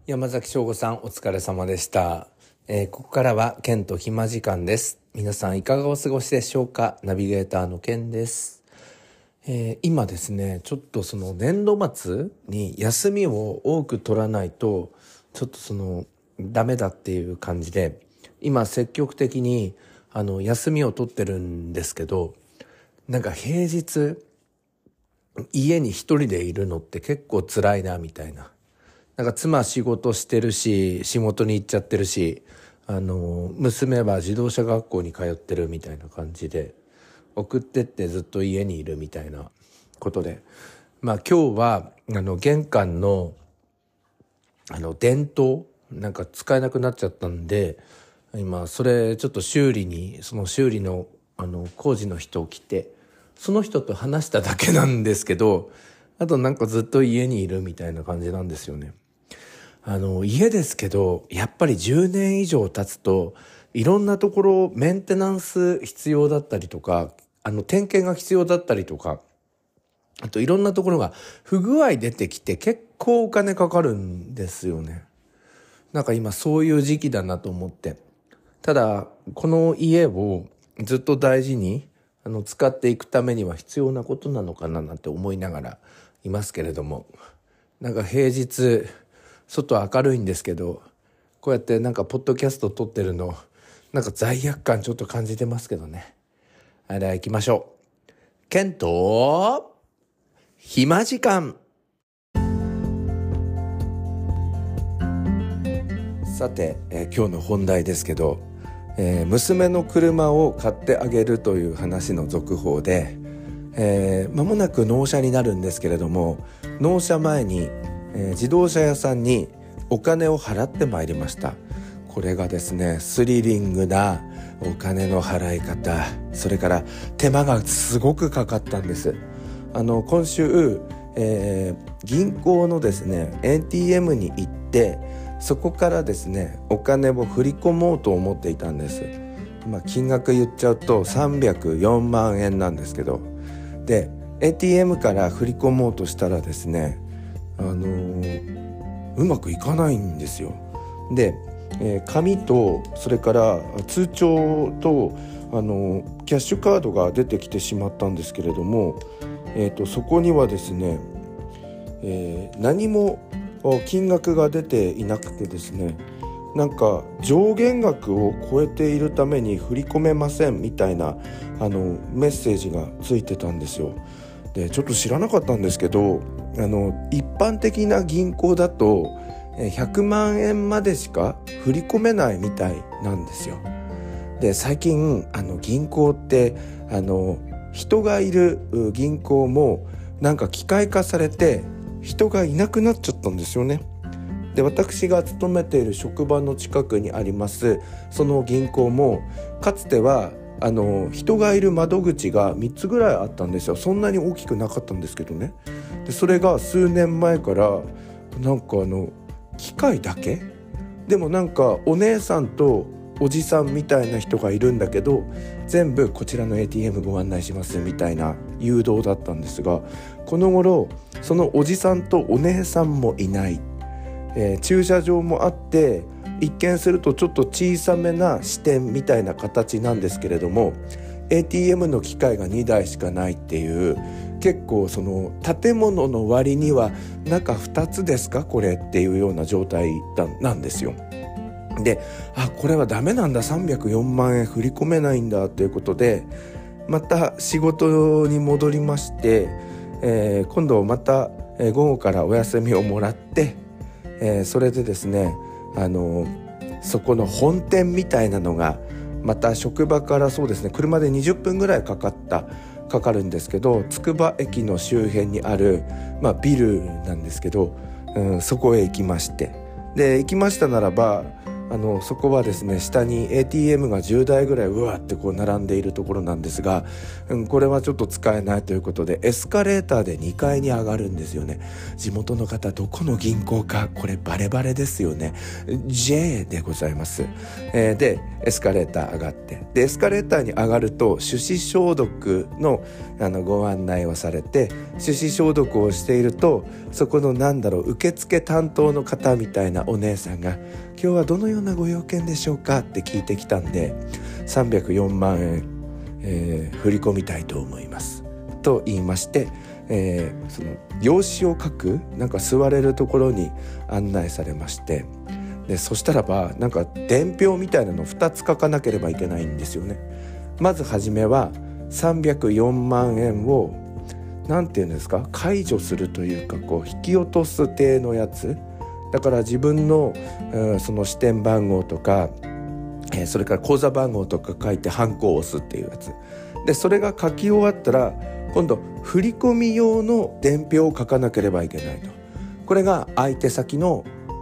山崎翔吾さん、お疲れ様でした。ここからはケンと暇時間です。皆さんいかがお過ごしでしょうか。ナビゲーターのケンです。今ですね、ちょっとその年度末に休みを多く取らないとちょっとダメだっていう感じで、今積極的に休みを取ってるんですけど、なんか平日家に一人でいるのって結構辛いなみたいな。なんか妻仕事してるし、仕事に行っちゃってるし、娘は自動車学校に通ってるみたいな感じで、送ってってずっと家にいるみたいなことで、今日は玄関の電灯なんか使えなくなっちゃったんで、今それちょっと修理の工事の人を来て、その人と話しただけなんですけど、あとなんかずっと家にいるみたいな感じなんですよね。家ですけど、やっぱり10年以上経つと、いろんなところメンテナンス必要だったりとか、点検が必要だったりとか、あといろんなところが不具合出てきて結構お金かかるんですよね。なんか今そういう時期だなと思って。ただ、この家をずっと大事に使っていくためには必要なことなのかななんて思いながらいますけれども、なんか平日、外明るいんですけど、こうやってなんかポッドキャスト撮ってるの、なんか罪悪感ちょっと感じてますけどね。では行きましょう。ケンと暇時間。さて、今日の本題ですけど、娘の車を買ってあげるという話の続報で、間もなく納車になるんですけれども、納車前に自動車屋さんにお金を払ってまいりました。これがですね、スリリングなお金の払い方、それから手間がすごくかかったんです。今週、銀行のですね ATM に行って、そこからですねお金を振り込もうと思っていたんです。金額言っちゃうと304万円なんですけど、で ATM から振り込もうとしたらですね、うまくいかないんですよ。で、紙とそれから通帳とキャッシュカードが出てきてしまったんですけれども、そこにはですね、何も金額が出ていなくてですね、なんか上限額を超えているために振り込めませんみたいなメッセージがついてたんですよ。でちょっと知らなかったんですけど、一般的な銀行だと100万円までしか振り込めないみたいなんですよ。で最近銀行って人がいる銀行もなんか機械化されて人がいなくなっちゃったんですよね。で私が勤めている職場の近くにありますその銀行も、かつては人がいる窓口が3つぐらいあったんですよ。そんなに大きくなかったんですけどね。でそれが数年前からなんか機械だけでもなんかお姉さんとおじさんみたいな人がいるんだけど、全部こちらの ATM ご案内しますみたいな誘導だったんですが、この頃そのおじさんとお姉さんもいない、駐車場もあって一見するとちょっと小さめな支店みたいな形なんですけれども、 ATM の機械が2台しかないっていう、結構その建物の割には中2つですかこれっていうような状態なんですよ。でこれはダメなんだ、304万円振り込めないんだということで、また仕事に戻りまして、今度また午後からお休みをもらって、それでですねそこの本店みたいなのがまた職場からそうですね車で20分ぐらいかかるんですけど、つくば駅の周辺にある、ビルなんですけど、そこへ行きまして、で行きましたならばそこはですね、下に ATM が10台ぐらいうわってこう並んでいるところなんですが、これはちょっと使えないということでエスカレーターで2階に上がるんですよね。地元の方どこの銀行かこれバレバレですよね。 J でございます。でエスカレーター上がって、でエスカレーターに上がると手指消毒のご案内をされて、手指消毒をしているとそこの受付担当の方みたいなお姉さんが、今日はどのようなご用件でしょうかって聞いてきたんで、304万円、振り込みたいと思いますと言いまして、その用紙を書く座れるところに案内されまして、でそしたらば伝票みたいなの2つ書かなければいけないんですよね。まずはじめは304万円をなんていうんですか、解除するというか引き落とす体のやつだから、自分の、その支店番号とか、それから口座番号とか書いてハンコを押すっていうやつで、それが書き終わったら今度振り込み用の伝票を書かなければいけないと。これが相手先の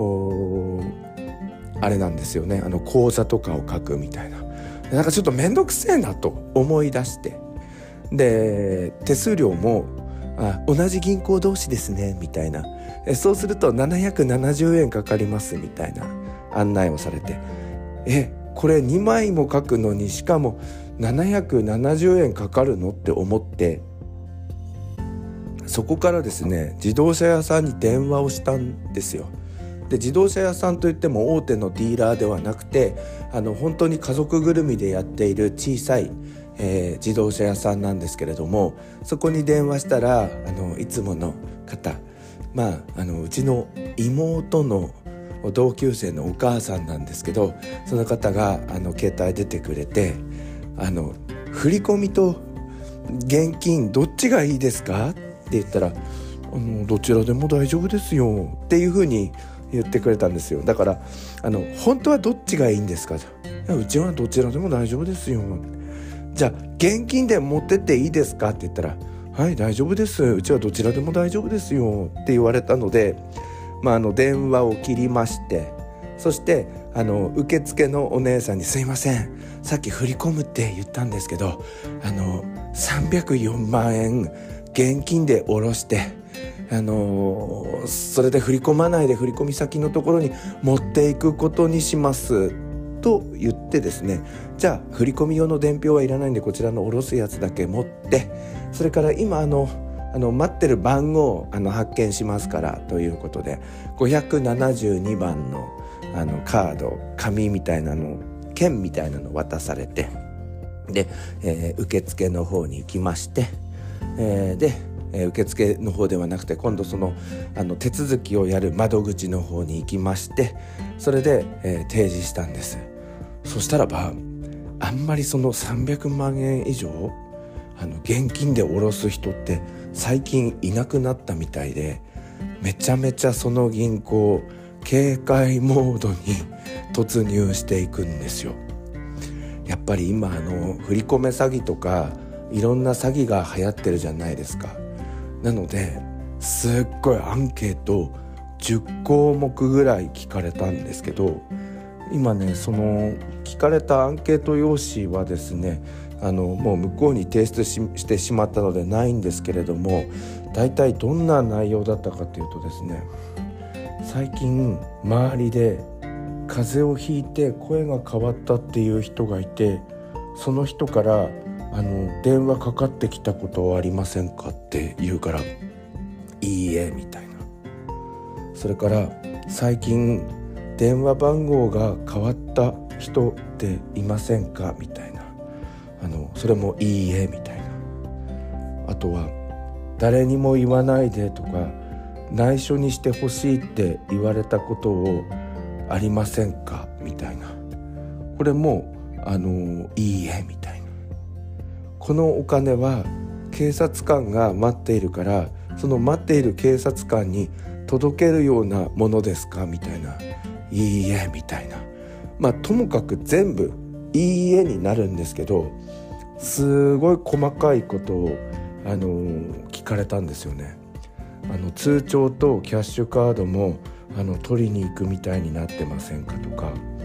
あれなんですよね。口座とかを書くみたいな、ちょっとめんどくせえなと思い出して、で手数料も同じ銀行同士ですねみたいな、そうすると770円かかりますみたいな案内をされて、これ2枚も書くのにしかも770円かかるのって思って、そこからですね自動車屋さんに電話をしたんですよ。で自動車屋さんといっても大手のディーラーではなくて、本当に家族ぐるみでやっている小さい自動車屋さんなんですけれども、そこに電話したらいつもの方、うちの妹の同級生のお母さんなんですけど、その方が携帯出てくれて、振り込みと現金どっちがいいですかって言ったら、どちらでも大丈夫ですよっていう風に言ってくれたんですよ。だから本当はどっちがいいんですかと、うちはどちらでも大丈夫ですよ。じゃあ現金で持ってっていいですかって言ったら、はい大丈夫です、うちはどちらでも大丈夫ですよって言われたので、電話を切りまして、そして受付のお姉さんに、すいませんさっき振り込むって言ったんですけど304万円現金で下ろして、それで振り込まないで振り込み先のところに持っていくことにしますと言ってですね、じゃあ振り込み用の伝票はいらないんでこちらの下ろすやつだけ持って、それから今待ってる番号を発見しますからということで、572番のカード、紙みたいなの、券みたいなの渡されて、で、受付の方に行きまして、で受付の方ではなくて今度その手続きをやる窓口の方に行きまして、それで、提示したんです。そしたらばあんまりその300万円以上現金で下ろす人って最近いなくなったみたいで、めちゃめちゃその銀行警戒モードに突入していくんですよ。やっぱり今振り込め詐欺とかいろんな詐欺が流行ってるじゃないですか。なのですっごいアンケート10項目ぐらい聞かれたんですけど、今ねその聞かれたアンケート用紙はですねもう向こうに提出してしまったのでないんですけれども、大体どんな内容だったかというとですね、最近周りで風邪をひいて声が変わったっていう人がいて、その人から電話かかってきたことはありませんかって言うから、いいえみたいな。それから最近電話番号が変わった人っていませんかみたいな、それもいいえみたいな。あとは誰にも言わないでとか内緒にしてほしいって言われたことをありませんかみたいな。これもいいえみたいな。このお金は警察官が待っているから、その待っている警察官に届けるようなものですかみたいな。いいえみたいな。ともかく全部いいえになるんですけど、すごい細かいことを聞かれたんですよね。通帳とキャッシュカードも取りに行くみたいになってませんかとか、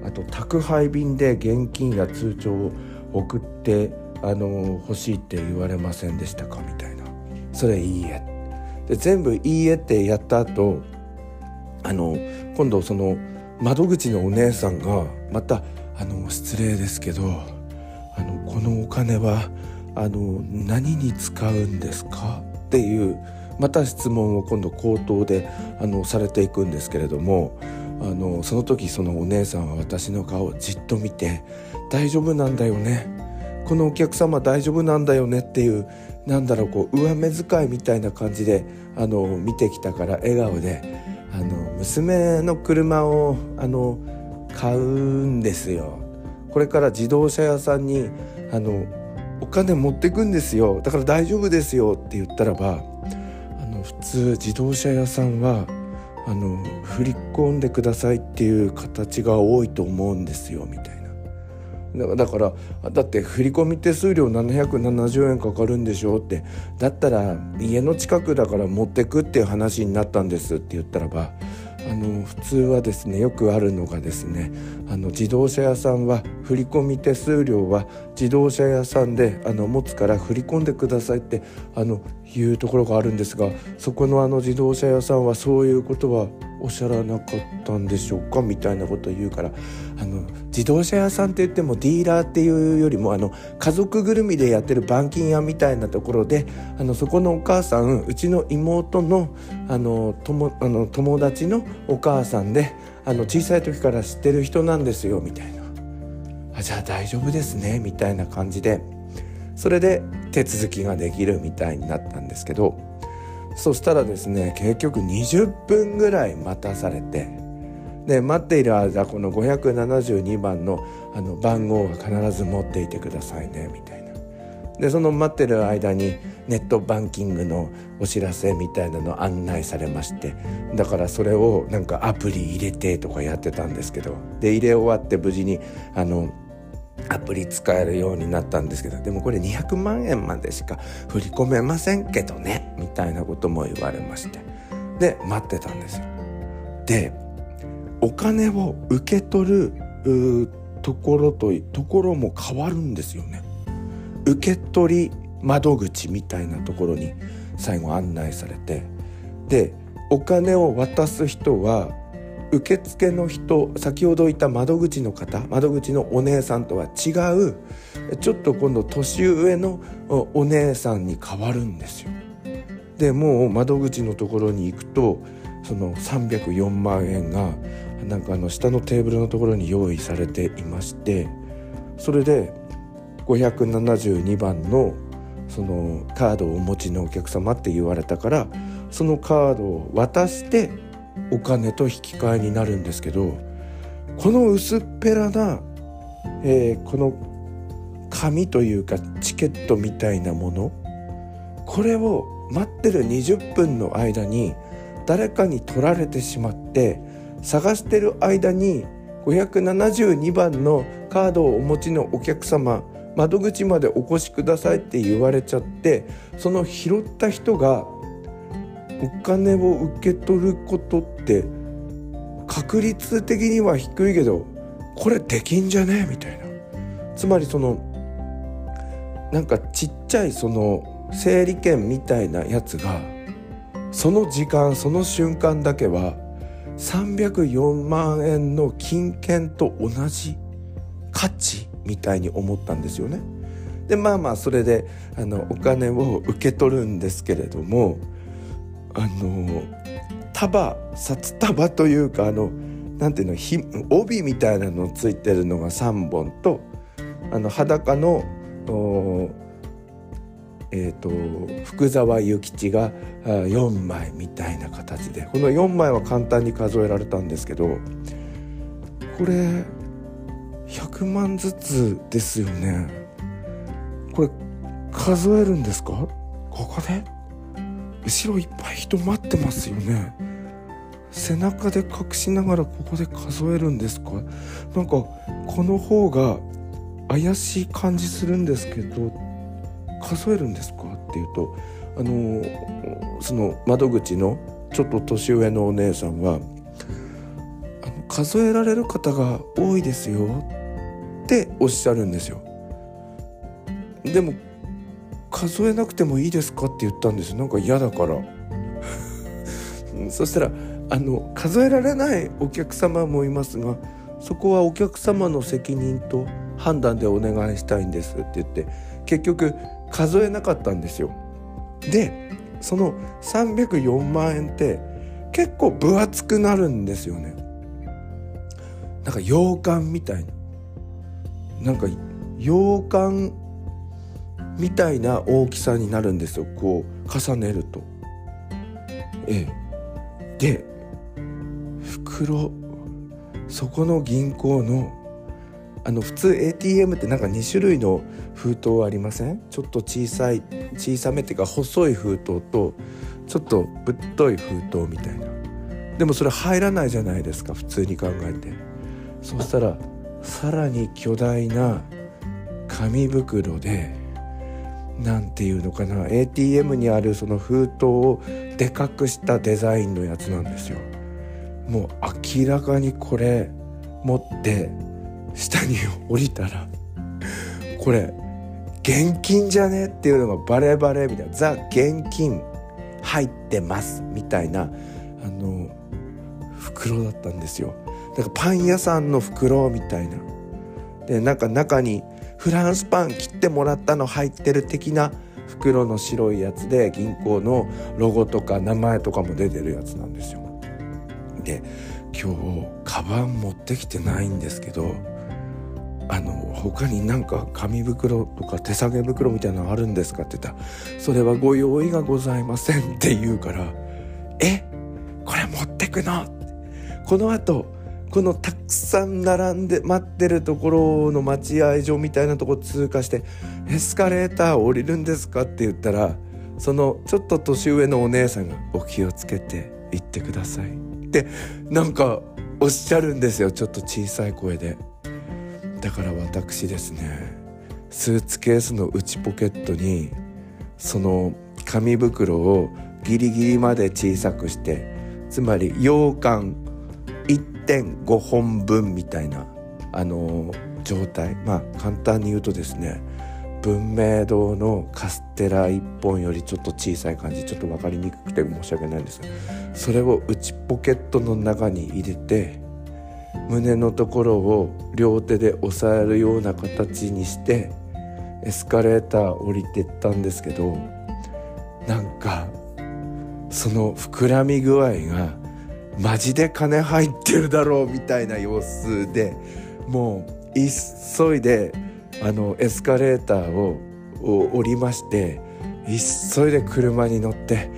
あと宅配便で現金や通帳を送って欲しいって言われませんでしたかみたいな。それいいえで、全部いいえってやった後、今度その窓口のお姉さんがまた失礼ですけどこのお金は何に使うんですかっていうまた質問を今度口頭でされていくんですけれども、その時そのお姉さんは私の顔をじっと見て、大丈夫なんだよね、このお客様大丈夫なんだよねっていう、上目遣いみたいな感じで見てきたから笑顔で娘の車を買うんですよ、これから自動車屋さんにお金持ってくんですよ、だから大丈夫ですよって言ったらば、普通自動車屋さんは振り込んでくださいっていう形が多いと思うんですよみたいな。だからだって振り込み手数料770円かかるんでしょって、だったら家の近くだから持ってくっていう話になったんですって言ったらば、普通はですね、よくあるのがですね、自動車屋さんは振り込み手数料は自動車屋さんで持つから振り込んでくださいっていうところがあるんですが、そこの自動車屋さんはそういうことはおっしゃらなかったんでしょうかみたいなことを言うから、自動車屋さんって言ってもディーラーっていうよりも家族ぐるみでやってる板金屋みたいなところで、そこのお母さん、うちの妹の友達のお母さんで小さい時から知ってる人なんですよみたいな。じゃあ大丈夫ですねみたいな感じで、それで手続きができるみたいになったんですけど、そしたらですね、結局20分ぐらい待たされて、で待っている間この572番の番号は必ず持っていてくださいねみたいな。でその待ってる間にネットバンキングのお知らせみたいなの案内されまして、だからそれをアプリ入れてとかやってたんですけど、で入れ終わって無事にアプリ使えるようになったんですけど、でもこれ200万円までしか振り込めませんけどねみたいなことも言われまして、で待ってたんですよ。でお金を受け取るところも変わるんですよね。受け取り窓口みたいなところに最後案内されて、でお金を渡す人は受付の人、先ほど言った窓口の方、窓口のお姉さんとは違うちょっと今度年上のお姉さんに変わるんですよ。でもう窓口のところに行くと、その304万円が下のテーブルのところに用意されていまして、それで572番のそのカードをお持ちのお客様って言われたから、そのカードを渡してお金と引き換えになるんですけど、この薄っぺらな、この紙というかチケットみたいなもの、これを待ってる20分の間に誰かに取られてしまって、探してる間に572番のカードをお持ちのお客様、窓口までお越しくださいって言われちゃって、その拾った人がお金を受け取ることって確率的には低いけど、これできんじゃねみたいな。つまりそのちっちゃいその整理券みたいなやつが、その時間その瞬間だけは304万円の金券と同じ価値みたいに思ったんですよね。でそれでお金を受け取るんですけれども、札束というか帯みたいなのついてるのが3本と裸の福沢諭吉が4枚みたいな形で、この4枚は簡単に数えられたんですけど、これ100万ずつですよね。これ数えるんですか？ここで後ろいっぱい人待ってますよね。背中で隠しながらここで数えるんですか？この方が怪しい感じするんですけど、数えるんですかっていうと、その窓口のちょっと年上のお姉さんは数えられる方が多いですよっておっしゃるんですよ。でも数えなくてもいいですかって言ったんですよ。なんか嫌だからそしたら数えられないお客様もいますが、そこはお客様の責任と判断でお願いしたいんですって言って、結局数えなかったんですよ。でその304万円って結構分厚くなるんですよね。なんか洋館みたいな、なんか洋館みたいな大きさになるんですよ、こう重ねると。で袋、そこの銀行の普通 ATM ってなんか2種類の封筒ありません？ちょっと小さめっていうか細い封筒とちょっとぶっとい封筒みたいな。でもそれ入らないじゃないですか、普通に考えて。そうしたらさらに巨大な紙袋で、なんていうのかな、 ATM にあるその封筒をでかくしたデザインのやつなんですよ。もう明らかにこれ持って下に降りたらこれ現金じゃねっていうのがバレバレみたいな、ザ現金入ってますみたいな袋だったんですよ。だからパン屋さんの袋みたいなで、なんか中にフランスパン切ってもらったの入ってる的な袋の白いやつで、銀行のロゴとか名前とかも出てるやつなんですよ。で今日カバン持ってきてないんですけど、他になんか紙袋とか手提げ袋みたいなのあるんですかって言ったら、それはご用意がございませんって言うから、これ持ってくの？この後このたくさん並んで待ってるところの待合所みたいなとこ通過してエスカレーター降りるんですかって言ったら、そのちょっと年上のお姉さんがお気をつけて行ってくださいってなんかおっしゃるんですよ、ちょっと小さい声で。だから私ですね、スーツケースの内ポケットにその紙袋をギリギリまで小さくして、つまり羊羹 1.5 本分みたいな状態、簡単に言うとですね、文明堂のカステラ1本よりちょっと小さい感じ、ちょっと分かりにくくて申し訳ないんです。それを内ポケットの中に入れて、胸のところを両手で押さえるような形にしてエスカレーター降りてったんですけど、なんかその膨らみ具合がマジで金入ってるだろうみたいな様子で、もう急いでエスカレーターを降りまして、急いで車に乗って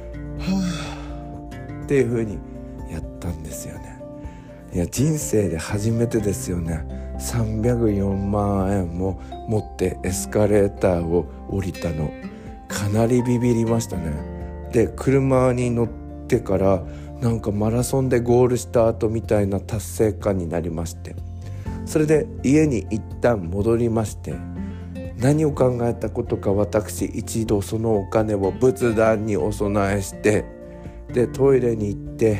っていう風にやったんですよね。いや人生で初めてですよね。304万円も持ってエスカレーターを降りたの、かなりビビりましたね。で車に乗ってからなんかマラソンでゴールした後みたいな達成感になりまして、それで家に一旦戻りまして、何を考えたことか、私一度そのお金を仏壇にお供えして、でトイレに行って、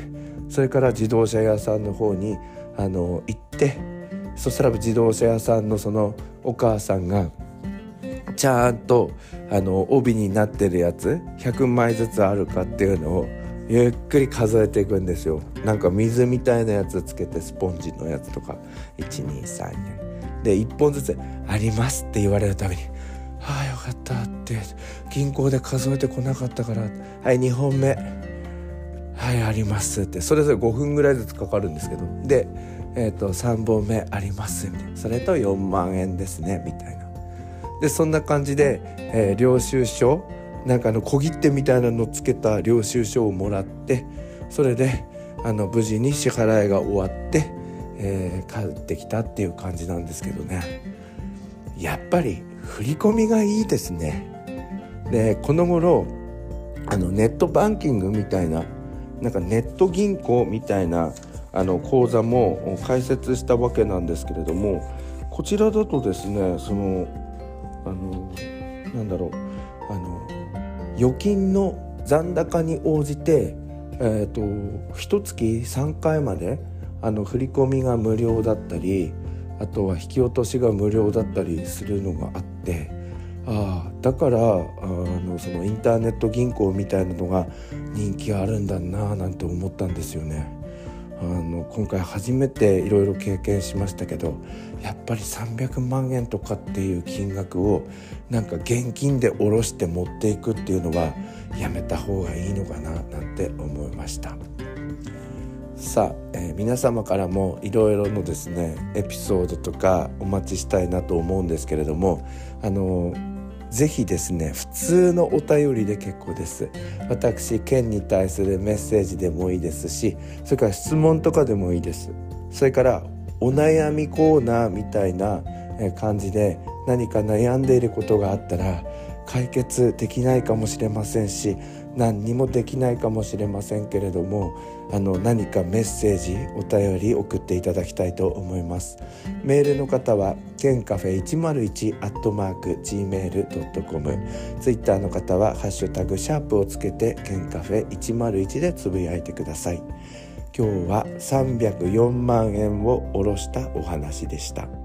それから自動車屋さんの方に行って、そしたら自動車屋さんのそのお母さんがちゃんと帯になってるやつ100枚ずつあるかっていうのをゆっくり数えていくんですよ。なんか水みたいなやつつけて、スポンジのやつとか 1,2,3 で1本ずつありますって言われるたびに、よかったって、銀行で数えてこなかったから、2本目ありますって、それぞれ5分ぐらいずつかかるんですけど、で、3本目ありますみたいな、それと4万円ですねみたいな。でそんな感じで、領収書、なんか小切手みたいなのつけた領収書をもらって、それで無事に支払いが終わって、帰ってきたっていう感じなんですけどね。やっぱり振り込みがいいですね。でこの頃ネットバンキングみたいな、なんかネット銀行みたいな口座も開設したわけなんですけれども、こちらだとですね、その預金の残高に応じて、1月3回まで振り込みが無料だったり、あとは引き落としが無料だったりするのがあって、だからそのインターネット銀行みたいなのが人気あるんだななんて思ったんですよね。今回初めていろいろ経験しましたけど、やっぱり300万円とかっていう金額をなんか現金で下ろして持っていくっていうのはやめた方がいいのかななんて思いました。さあ、皆様からもいろいろのですねエピソードとかお待ちしたいなと思うんですけれども、ぜひですね普通のお便りで結構です。私ケンに対するメッセージでもいいですし、それから質問とかでもいいです。それからお悩みコーナーみたいな感じで何か悩んでいることがあったら解決できないかもしれませんし、何にもできないかもしれませんけれども、何かメッセージお便り送っていただきたいと思います。メールの方はケンカフェ101@gmail.com、 ツイッターの方はハッシュタグ#をつけてケンカフェ101でつぶやいてください。今日は304万円を下ろしたお話でした。